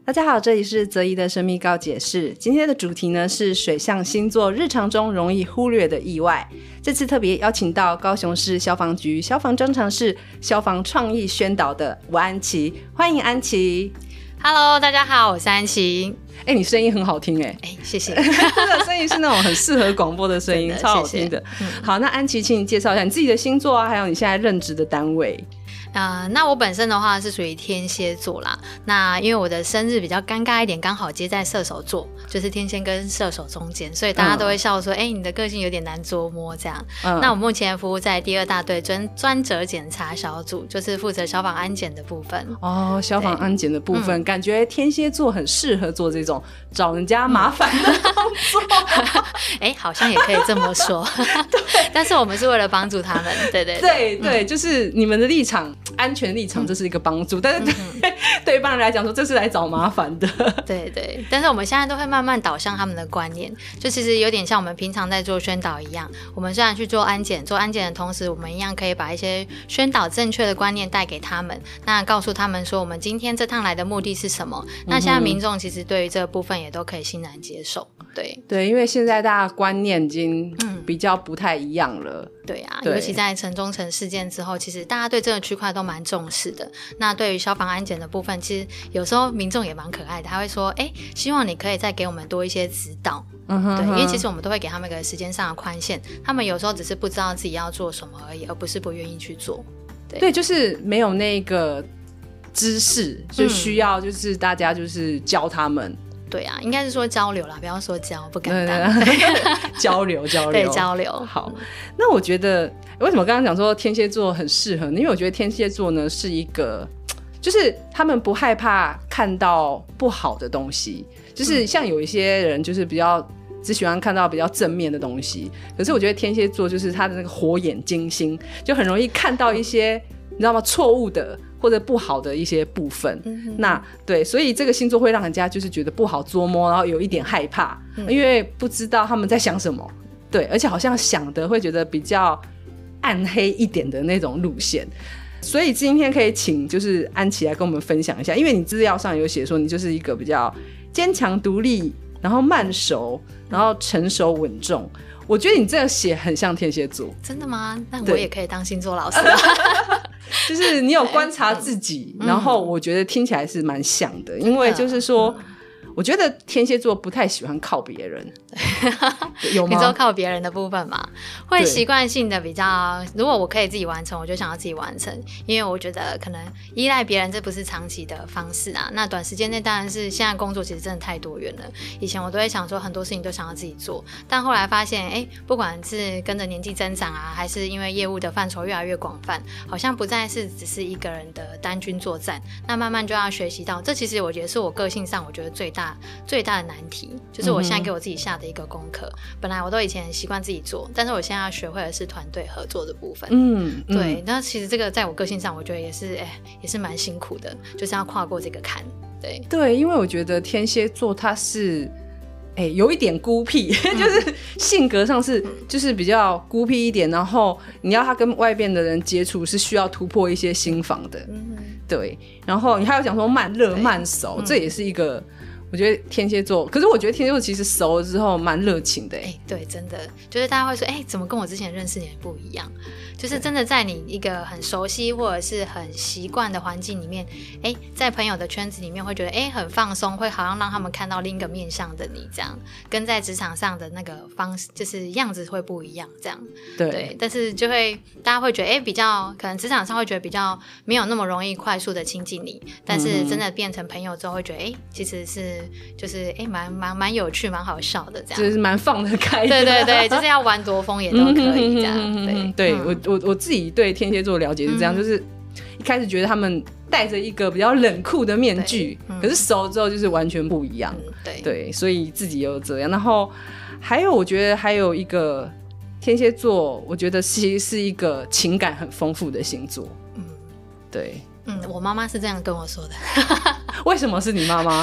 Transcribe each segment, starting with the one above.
大家好，这里是泽怡的神秘告解室。今天的主题呢是水象星座日常中容易忽略的意外。这次特别邀请到高雄市消防局消防专长室消防创意宣导的吴安琪，欢迎安琪。 Hello， 大家好，我是安琪。 你声音很好听谢谢。 这个声音是那种很适合广播的声音，超好听的。谢谢。好，那安琪，请你介绍一下你自己的星座啊，还有你现在任职的单位。 那我本身的话是属于天蝎座啦。那因为我的生日比较尴尬一点，刚好接在射手座，就是天蝎跟射手中间，所以大家都会笑说你的个性有点难捉摸这样。那我目前服务在第2大队专责检查小组，就是负责消防安检的部分。 消防安检的部分，感觉天蝎座很适合做这种找人家麻烦的工作。 好像也可以这么说。但是我们是为了帮助他们。对， 就是你们的立场，安全立场，这是一个帮助，但是对一般人来讲说这是来找麻烦的。 对，但是我们现在都会慢慢导向他们的观念，就其实有点像我们平常在做宣导一样。我们虽然去做安检的同时，我们一样可以把一些宣导正确的观念带给他们，那告诉他们说我们今天这趟来的目的是什么。那现在民众其实对于这个部分也都可以欣然接受。 对，因为现在大家观念已经比较不太一样了。 对啊，尤其在城中城事件之后，其实大家对这个区块都蛮重视的。那对于消防安检的部分，其实有时候民众也蛮可爱的，他会说希望你可以再给我们多一些指导。对，因为其实我们都会给他们一个时间上的宽限，他们有时候只是不知道自己要做什么而已，而不是不愿意去做。 对，就是没有那个知识，就需要就是大家就是教他们。 对啊，应该是说交流啦，不要说教，不敢当。 交流对，交流。 好，那我觉得为什么刚刚讲说天蝎座很适合呢？因为我觉得天蝎座呢是一个，就是他们不害怕看到不好的东西，就是像有一些人就是比较只喜欢看到比较正面的东西，可是我觉得天蝎座就是他的那个火眼金睛，就很容易看到一些你知道吗？错误的或者不好的一些部分。那对，所以这个星座会让人家就是觉得不好捉摸，然后有一点害怕，因为不知道他们在想什么。对，而且好像想的会觉得比较暗黑一点的那种路线。所以今天可以请就是安琪来跟我们分享一下，因为你资料上有写说你就是一个比较坚强独立，然后慢熟，然后成熟稳重。我觉得你这样写很像天蝎座。 真的吗？那我也可以当星座老师。 就是你有观察自己，然后我觉得听起来是蛮像的，因为就是说我觉得天蝎座不太喜欢靠别人。有吗？ 你说靠别人的部分嘛，会习惯性的比较，如果我可以自己完成，我就想要自己完成，因为我觉得可能依赖别人这不是长期的方式啊。那短时间内当然是现在工作其实真的太多元了，以前我都会想说很多事情都想要自己做，但后来发现不管是跟着年纪增长啊，还是因为业务的范畴越来越广泛，好像不再是只是一个人的单军作战，那慢慢就要学习到，这其实我觉得是我个性上我觉得最大的难题，就是我现在给我自己下的一个功课。本来我都以前习惯自己做，但是我现在要学会的是团队合作的部分。对，那其实这个在我个性上我觉得也是蛮辛苦的，就是要跨过这个坎。 对，因为我觉得天蝎座他是有一点孤僻，就是性格上是就是比较孤僻一点，然后你要他跟外边的人接触是需要突破一些心防的。对，然后你还有讲说慢热慢熟，这也是一个我觉得天蝎座，可是我觉得天蝎座其实熟了之后蛮热情的。 对，真的就是大家会说怎么跟我之前认识你不一样，就是真的在你一个很熟悉或者是很习惯的环境里面，在朋友的圈子里面会觉得很放松，会好像让他们看到另一个面向的你，这样跟在职场上的那个方式就是样子会不一样这样。对，但是就会大家会觉得比较可能职场上会觉得比较没有那么容易快速的亲近你，但是真的变成朋友之后会觉得其实是就是蛮有趣蛮好笑的这样， 就是蛮放得开的。 对，就是要玩多疯也都可以这样。对， 我自己对天蝎座的了解是这样，就是一开始觉得他们戴着一个比较冷酷的面具，可是熟之后就是完全不一样。对，所以自己有这样。然后还有我觉得还有一个天蝎座，我觉得其实是一个情感很丰富的星座。对， 我妈妈是这样跟我说的。 为什么是你妈妈？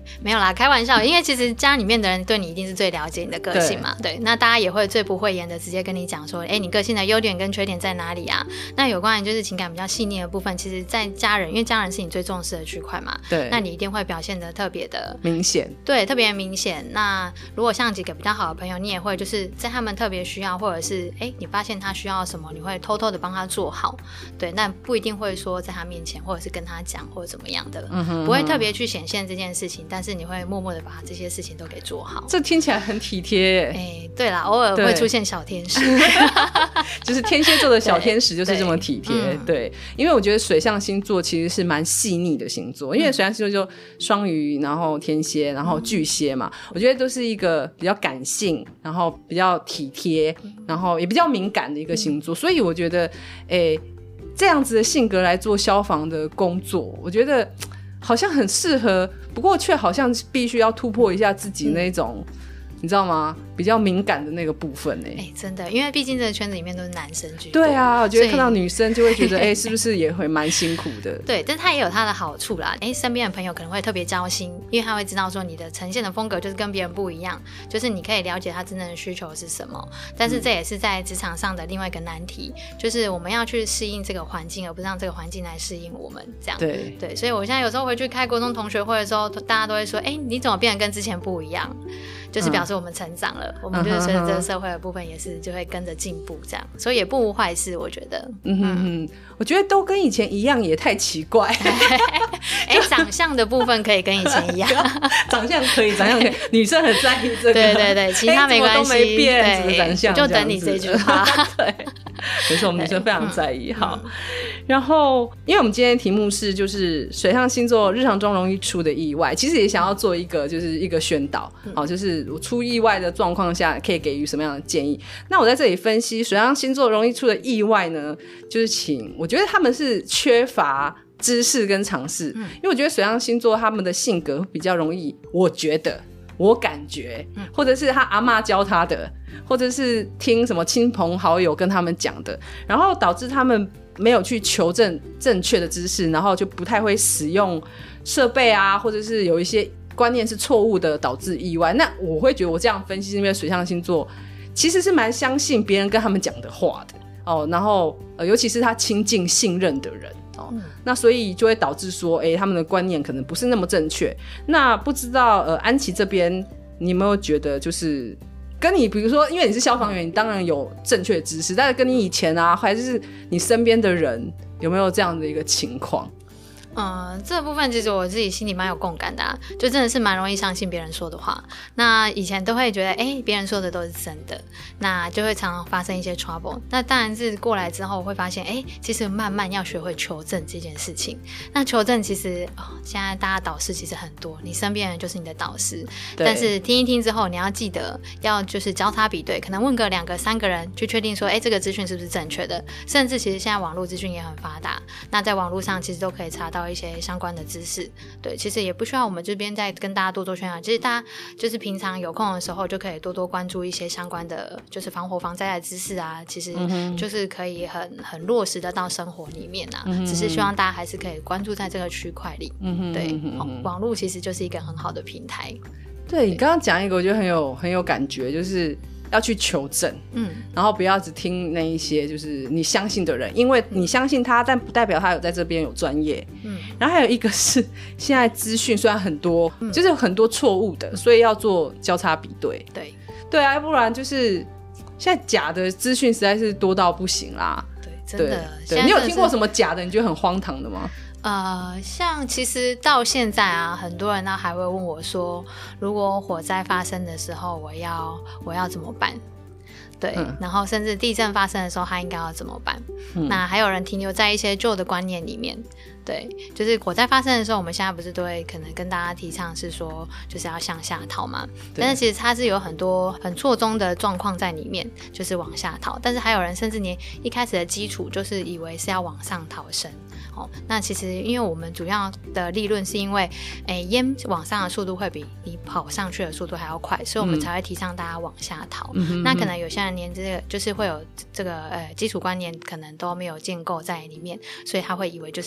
没有啦，开玩笑，因为其实家里面的人对你一定是最了解你的个性嘛， 对，那大家也会最不讳言的直接跟你讲说，你个性的优点跟缺点在哪里啊？那有关于就是情感比较细腻的部分，其实在家人，因为家人是你最重视的区块嘛， 对， 那你一定会表现得特别的明显， 对，特别明显。那如果像几个比较好的朋友，你也会就是在他们特别需要，或者是你发现他需要什么，你会偷偷的帮他做好，对，那不一定会说在他面前或者是跟他讲或者怎么样的，不会特别去显现这件事情，但是你会默默的把这些事情都给做好。 这听起来很体贴对啦，偶尔会出现小天使就是天蝎座的小天使就是这么体贴。 对，因为我觉得水象星座其实是蛮细腻的星座，因为水象星座就双鱼，然后天蝎，然后巨蟹嘛，我觉得都是一个比较感性，然后比较体贴，然后也比较敏感的一个星座，所以我觉得这样子的性格来做消防的工作，我觉得好像很适合，不过却好像必须要突破一下自己那种你知道吗？比较敏感的那个部分真的，因为毕竟这个圈子里面都是男生居多。 对啊，我觉得看到女生就会觉得是不是也会蛮辛苦的？ 对，但他也有他的好处啦。身边的朋友可能会特别交心，因为他会知道说你的呈现的风格就是跟别人不一样，就是你可以了解他真正的需求是什么。但是这也是在职场上的另外一个难题，就是我们要去适应这个环境，而不是让这个环境来适应我们。这样对，所以我现在有时候回去开国中同学会的时候，大家都会说：“你怎么变得跟之前不一样？”就是表示我们成长了，我们就是随着这个社会的部分也是就会跟着进步，这样，所以也不无坏事，我觉得。 我觉得都跟以前一样也太奇怪。 长相的部分可以跟以前一样， 长相可以，女生很在意这个。 对，其他没关系， 都没变，对，长相就等你这句话。 对，可是我们女生非常在意。好，然后因为我们今天的题目是就是水象星座日常中容易出的意外，其实也想要做一个就是一个宣导，就是我出意外的状况下可以给予什么样的建议。那我在这里分析水象星座容易出的意外呢，就是我觉得他们是缺乏知识跟常识，因为我觉得水象星座他们的性格比较容易，我感觉或者是他阿嬷教他的，或者是听什么亲朋好友跟他们讲的，然后导致他们没有去求证正确的知识，然后就不太会使用设备啊，或者是有一些观念是错误的，导致意外。那我会觉得我这样分析是因为水象星座其实是蛮相信别人跟他们讲的话的然后尤其是他亲近信任的人那所以就会导致说他们的观念可能不是那么正确。那不知道安琪这边你有没有觉得就是跟你比如说因为你是消防员，你当然有正确的知识，但是跟你以前啊还是你身边的人有没有这样的一个情况？ 这部分其实我自己心里蛮有共感的就真的是蛮容易相信别人说的话。那以前都会觉得别人说的都是真的，那就会常常发生一些 trouble。那当然是过来之后会发现其实慢慢要学会求证这件事情。那求证其实现在大家导师其实很多，你身边人就是你的导师，但是听一听之后你要记得要就是交叉比对，可能问个2个3个人去确定说这个资讯是不是正确的。甚至其实现在网络资讯也很发达，那在网络上其实都可以查到一些相关的知识。对，其实也不需要我们这边再跟大家多做宣传，其实大家就是平常有空的时候就可以多多关注一些相关的就是防火防灾的知识其实就是可以很落实的到生活里面只是希望大家还是可以关注在这个区块里。对，网络其实就是一个很好的平台。 对，你刚刚讲一个我觉得很有感觉，就是要去求证然后不要只听那一些就是你相信的人，因为你相信他但不代表他有在这边有专业然后还有一个是现在资讯虽然很多就是有很多错误的，所以要做交叉比对。对啊，要不然就是现在假的资讯实在是多到不行啦。 对，真的。 对，你有听过什么假的你觉得很荒唐的吗？ 像其实到现在很多人还会问我说，如果火灾发生的时候我要怎么办？对，然后甚至地震发生的时候他应该要怎么办？那还有人停留在一些旧的观念里面。对，就是火灾发生的时候，我们现在不是都会可能跟大家提倡是说就是要向下逃嘛，但是其实它是有很多很错综的状况在里面，就是往下逃。但是还有人甚至连一开始的基础就是以为是要往上逃生那其实因为我们主要的立论是因为烟往上的速度会比你跑上去的速度还要快，所以我们才会提倡大家往下逃那可能有些人连这个就是会有这个基础观念可能都没有建构在里面，所以他会以为就是向上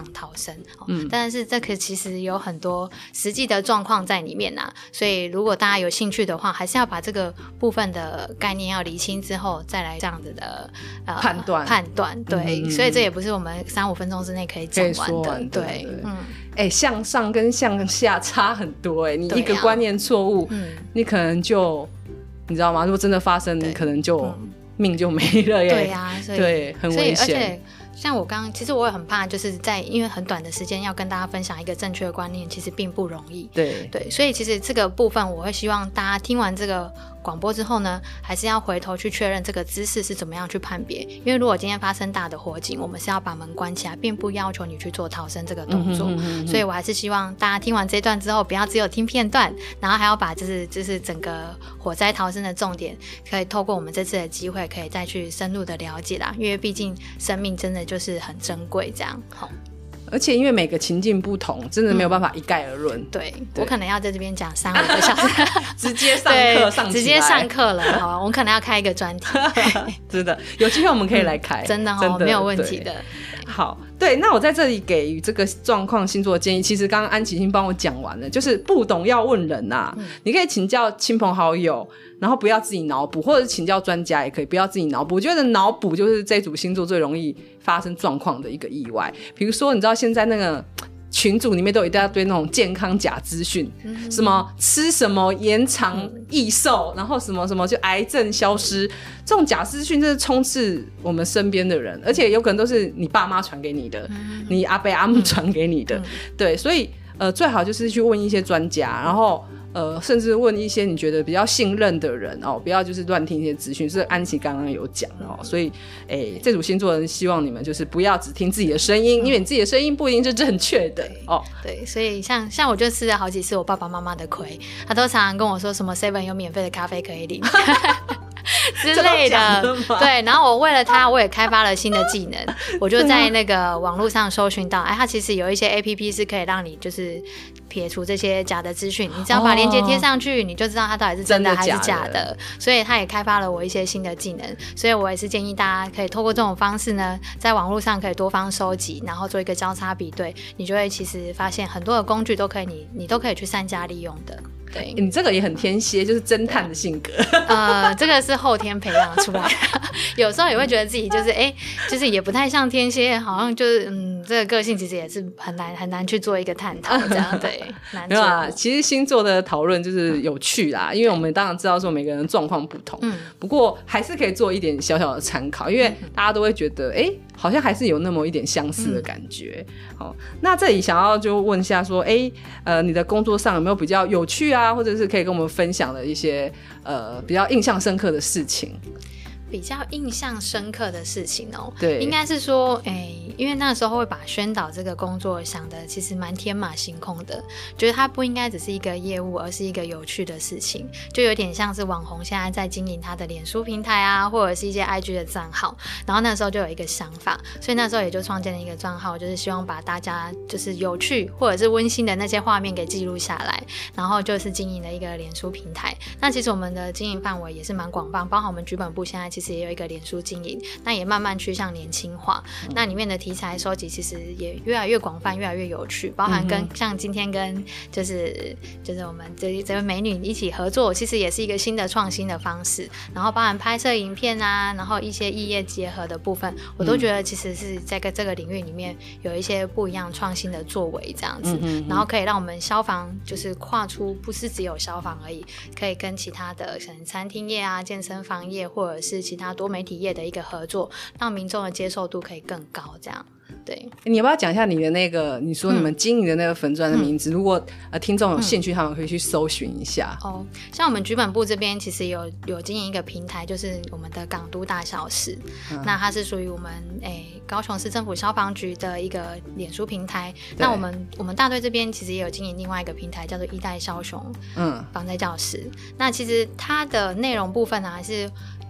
上逃生但是这个其实有很多实际的状况在里面所以如果大家有兴趣的话，还是要把这个部分的概念要厘清之后再来这样子的判断对所以这也不是我们3-5分钟之内可以讲完的对向上跟向下差很多你一个观念错误你可能就你知道吗？如果真的发生你可能就命就没了耶对啊所以对很危险而且像我其实我也很怕就是因为很短的时间要跟大家分享一个正确的观念其实并不容易对所以其实这个部分我会希望大家听完这个广播之后呢，还是要回头去确认这个姿势是怎么样去判别，因为如果今天发生大的火警，我们是要把门关起来，并不要求你去做逃生这个动作所以我还是希望大家听完这段之后不要只有听片段，然后还要把就是整个火灾逃生的重点可以透过我们这次的机会可以再去深入的了解啦，因为毕竟生命真的就是很珍贵这样而且因为每个情境不同真的没有办法一概而论对我可能要在这边讲3-5个小时直接上课上起来直接上课了好我可能要开一个专题真的有机会我们可以来开真的没有问题的好对那我在这里给予这个状况星座的建议其实刚刚安琪已经帮我讲完了就是不懂要问人你可以请教亲朋好友然后不要自己脑补或者请教专家也可以不要自己脑补我觉得脑补就是这组星座最容易发生状况的一个意外比如说你知道现在那个群组里面都有一大堆那种健康假资讯什么吃什么延长益寿然后什么什么就癌症消失这种假资讯真的充斥我们身边的人而且有可能都是你爸妈传给你的你阿伯阿姆传给你的对所以最好就是去问一些专家然后甚至问一些你觉得比较信任的人不要就是乱听一些资讯是安琪刚刚有讲所以这组星座的人希望你们就是不要只听自己的声音因为你自己的声音不一定是正确的对所以像我就吃了好几次我爸爸妈妈的亏他都常常跟我说什么 7 有免费的咖啡可以领之类的对然后我为了他我也开发了新的技能我就在那个网络上搜寻到他其实有一些 APP 是可以让你就是撇除这些假的资讯你只要把链接贴上去你就知道它到底是真的还是假的所以他也开发了我一些新的技能所以我也是建议大家可以透过这种方式呢在网络上可以多方收集然后做一个交叉比对你就会其实发现很多的工具都可以你都可以去善加利用的对你这个也很天蝎就是侦探的性格这个是后天培养出来有时候也会觉得自己就是就是也不太像天蝎好像就是这个个性其实也是很难去做一个探讨这样对难做其实星座的讨论就是有趣啦因为我们当然知道说每个人状况不同不过还是可以做一点小小的参考因为大家都会觉得好像还是有那么一点相似的感觉好那这里想要就问一下说你的工作上有没有比较有趣啊或者是可以跟我们分享的一些比较印象深刻的事情比较印象深刻的事情对应该是说因为那时候会把宣导这个工作想的其实蛮天马行空的觉得它不应该只是一个业务而是一个有趣的事情就有点像是网红现在在经营他的脸书平台啊或者是一些 IG 的账号然后那时候就有一个想法所以那时候也就创建了一个账号就是希望把大家就是有趣或者是温馨的那些画面给记录下来然后就是经营了一个脸书平台那其实我们的经营范围也是蛮广泛包含我们剧本部现在其实也有一个脸书经营那也慢慢趋向年轻化那里面的题材收集其实也越来越广泛越来越有趣包含跟像今天跟就是我们这位美女一起合作其实也是一个新的创新的方式然后包含拍摄影片啊然后一些异业结合的部分我都觉得其实是在这个领域里面有一些不一样创新的作为这样子然后可以让我们消防就是跨出不是只有消防而已可以跟其他的可能餐厅业啊健身房业或者是其他多媒体业的一个合作让民众的接受度可以更高这样对你要不要讲一下你的那个你说你们经营的那个粉专的名字如果听众有兴趣他们可以去搜寻一下像我们剧本部这边其实有经营一个平台就是我们的港都大小事那它是属于我们高雄市政府消防局的一个脸书平台那我们大队这边其实也有经营另外一个平台叫做一代枭雄防灾教室那其实它的内容部分还是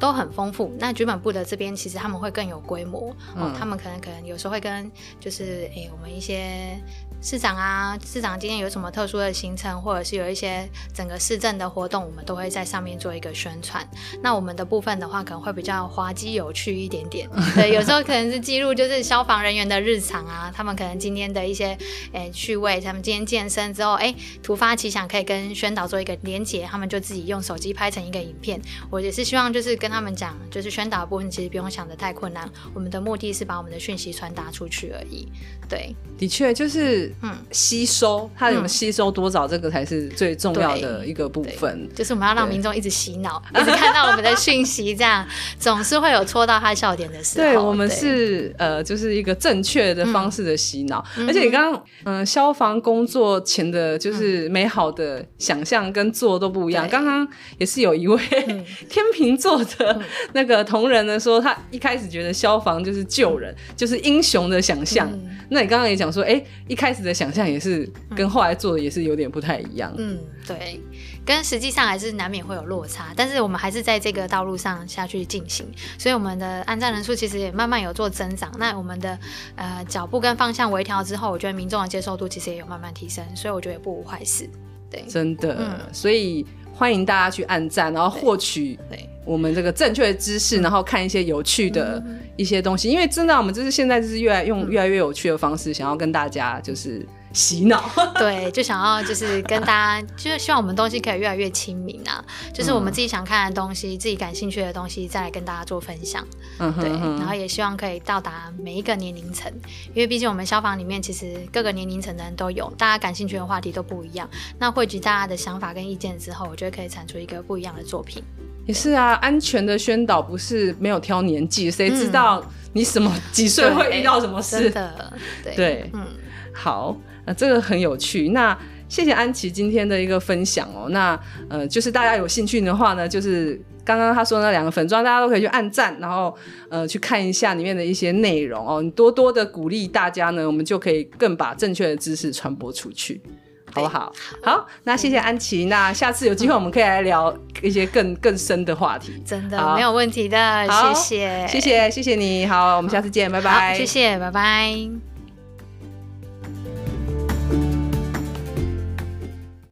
都很丰富。那局本部的这边其实他们会更有规模，他们可能有时候会跟就是我们一些市长今天有什么特殊的行程，或者是有一些整个市政的活动，我们都会在上面做一个宣传。那我们的部分的话可能会比较滑稽有趣一点点，对，有时候可能是记录就是消防人员的日常啊，他们可能今天的一些趣味，他们今天健身之后突发奇想可以跟宣导做一个连结，他们就自己用手机拍成一个影片。我也是希望就是跟他们讲，就是宣导的部分其实不用想得太困难，我们的目的是把我们的讯息传达出去而已。对， 的确就是吸收，它有没有吸收多少，这个才是最重要的一个部分。 就是我们要让民众一直洗脑，一直看到我们的讯息，这样总是会有戳到他笑点的时候。 对，我们是就是一个正确的方式的洗脑。而且你刚刚消防工作前的就是美好的想象跟做都不一样。刚刚也是有一位天秤座的那个同仁呢说，他一开始觉得消防就是救人，就是英雄的想象。那你刚刚也讲说一开始的想象也是跟后来做的也是有点不太一样。 对，跟实际上还是难免会有落差，但是我们还是在这个道路上下去进行，所以我们的按赞人数其实也慢慢有做增长。那我们的脚步跟方向微调之后，我觉得民众的接受度其实也有慢慢提升，所以我觉得也不无坏事。对， 真的，所以欢迎大家去按赞，然后获取我们这个正确的知识，然后看一些有趣的一些东西。因为真的我们就是现在就是用越来越有趣的方式想要跟大家就是洗脑。 对，就想要就是跟大家就是希望我们东西可以越来越亲民啊，就是我们自己想看的东西，自己感兴趣的东西再来跟大家做分享。对，然后也希望可以到达每一个年龄层，因为毕竟我们消防里面其实各个年龄层的人都有，大家感兴趣的话题都不一样，那汇集大家的想法跟意见之后，我觉得可以产出一个不一样的作品。 也是啊，安全的宣导不是没有挑年纪，谁知道你几岁会遇到什么事。 真的，对， 好，这个很有趣。那谢谢安琪今天的一个分享哦。那就是大家有兴趣的话呢，就是刚刚他说那2个粉专，大家都可以去按赞，然后去看一下里面的一些内容哦。你多多的鼓励大家呢，我们就可以更把正确的知识传播出去。好不好？好，那谢谢安琪。那下次有机会我们可以来聊一些更深的话题。 真的没有问题的，谢谢你。好，我们下次见，拜拜。 谢谢，拜拜。